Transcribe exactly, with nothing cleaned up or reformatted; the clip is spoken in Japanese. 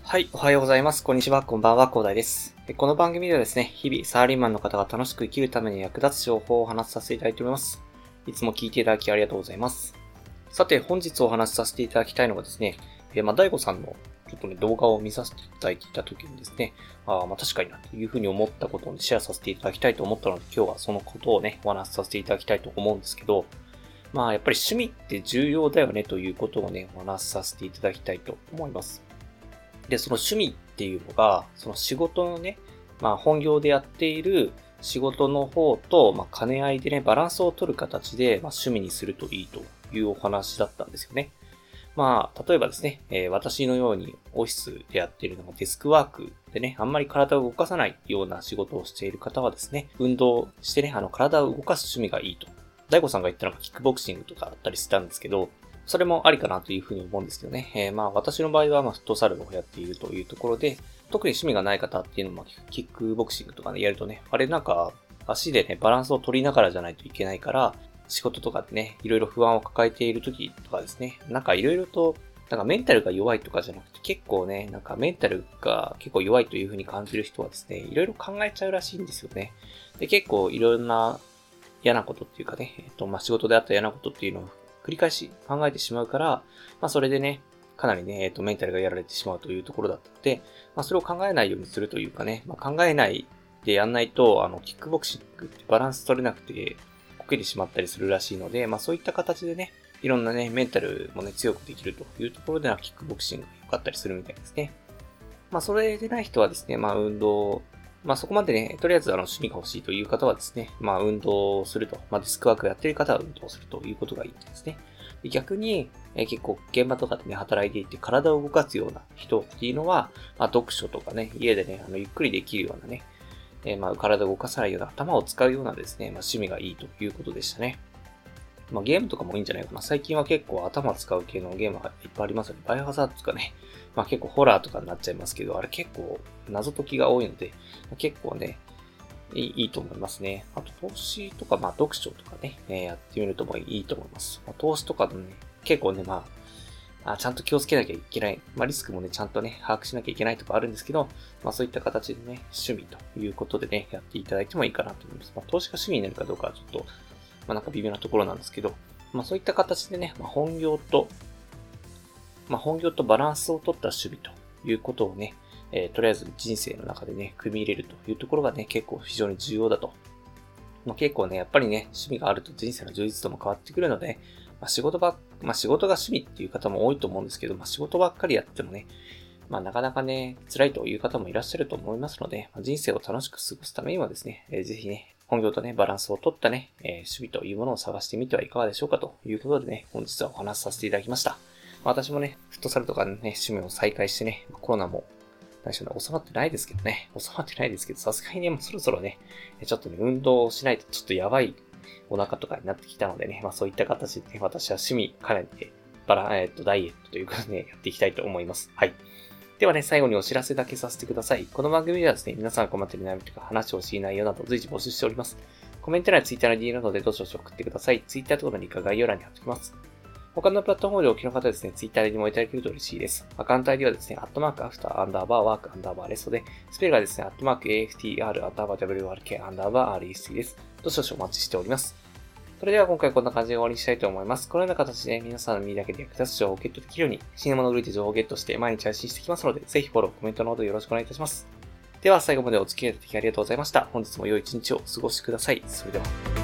はい、おはようございます。こんにちは、こんばんは、広大です。この番組ではですね、日々サラリーマンの方が楽しく生きるために役立つ情報をお話しさせていただいております。いつも聞いていただきありがとうございます。さて、本日お話しさせていただきたいのがですね、えー、まあ、大悟さんのちょっとね、動画を見させていただいていた時にですね、あまあ確かになというふうに思ったことをシェアさせていただきたいと思ったので、今日はそのことをね、お話しさせていただきたいと思うんですけど、まあやっぱり趣味って重要だよねということをね、お話しさせていただきたいと思います。で、その趣味っていうのが、その仕事のね、まあ本業でやっている仕事の方と、まあ兼ね合いでね、バランスを取る形で、まあ趣味にするといいというお話だったんですよね。まあ、例えばですね、えー、私のようにオフィスでやっているのがデスクワークでね、あんまり体を動かさないような仕事をしている方はですね、運動してね、あの体を動かす趣味がいいと。大悟さんが言ったのがキックボクシングとかだったりしたんですけど、それもありかなというふうに思うんですけどね。えー、まあ私の場合はまあフットサルをやっているというところで、特に趣味がない方っていうのもキックボクシングとかね、やるとね、あれなんか足でね、バランスを取りながらじゃないといけないから、仕事とかでね、いろいろ不安を抱えている時とかですね、なんかいろいろと、なんかメンタルが弱いとかじゃなくて、結構ね、なんかメンタルが結構弱いというふうに感じる人はですね、いろいろ考えちゃうらしいんですよね。で、結構いろんな嫌なことっていうかね、えっと、まあ、仕事であった嫌なことっていうのを繰り返し考えてしまうから、まあ、それでね、かなりね、えっと、メンタルがやられてしまうというところだったので、まあ、それを考えないようにするというかね、まあ、考えないでやんないと、あの、キックボクシングってバランス取れなくて、こけてしまったりするらしいので、まあ、そういった形でね、いろんなね、メンタルもね、強くできるというところでは、キックボクシングが良かったりするみたいですね。まあ、それでない人はですね、まあ、運動、まあ、そこまでね、とりあえずあの趣味が欲しいという方はですね、まあ、運動をすると。まあ、デスクワークやっている方は運動をするということがいいですね。で逆に、えー、結構現場とかでね、働いていて体を動かすような人っていうのは、まあ、読書とかね、家でね、あのゆっくりできるようなね、えー、まあ、体を動かさないような頭を使うようなですね、まあ、趣味がいいということでしたね。まあ、ゲームとかもいいんじゃないかな。最近は結構頭使う系のゲームがいっぱいありますよね。バイオハザードとかね。まあ結構ホラーとかになっちゃいますけど、あれ結構謎解きが多いので、まあ、結構ねいい、いいと思いますね。あと投資とか、まあ読書とかね、えー、やってみるともいいと思います。まあ、投資とかのね、結構ね、まあ、あちゃんと気をつけなきゃいけない。まあリスクもね、ちゃんとね、把握しなきゃいけないとかあるんですけど、まあそういった形でね、趣味ということでね、やっていただいてもいいかなと思います。まあ投資が趣味になるかどうかはちょっと、まあなんか微妙なところなんですけど、まあそういった形でね、まあ、本業と、まあ本業とバランスを取った趣味ということをね、えー、とりあえず人生の中でね、組み入れるというところがね、結構非常に重要だと。まあ結構ね、やっぱりね、趣味があると人生の充実度も変わってくるので、まあ仕事ば、まあ仕事が趣味っていう方も多いと思うんですけど、まあ仕事ばっかりやってもね、まあなかなかね、辛いという方もいらっしゃると思いますので、まあ、人生を楽しく過ごすためにはですね、えー、ぜひね、本業とね、バランスを取ったね、えー、趣味というものを探してみてはいかがでしょうかということでね、本日はお話しさせていただきました。まあ、私もね、フットサルとかね、趣味を再開してね、コロナも、最初ね、収まってないですけどね、収まってないですけど、さすがにね、もうそろそろね、ちょっとね、運動をしないとちょっとやばいお腹とかになってきたのでね、まあそういった形でね、私は趣味かなりね、バラ、えっと、ダイエットということでね、やっていきたいと思います。はい。ではね、最後にお知らせだけさせてください。この番組ではですね、皆さんが困っている悩みとか話してほしい内容など随時募集しております。コメント欄や Twitter の ディーエム などでどしどし送ってください。Twitter とかのリンクは概要欄に貼っておきます。他のプラットフォームでお聞きの方はですね、Twitter でもいただけると嬉しいです。アカウント アイディー はですね、アットマークアフターアンダーバーワークアンダーバーレストで、スペルがですね、アットマーク エーエフティーアール アンダーバー ダブリューアールケー アンダーバー アールイーエスティー です。どしどしお待ちしております。それでは今回こんな感じで終わりにしたいと思います。このような形で皆さんの耳だけで役立つ情報をゲットできるように、新物を売りで情報をゲットして毎日配信していきますので、ぜひフォロー、コメントのほどよろしくお願いいたします。では最後までお付き合いいただきありがとうございました。本日も良い一日をお過ごしください。それでは。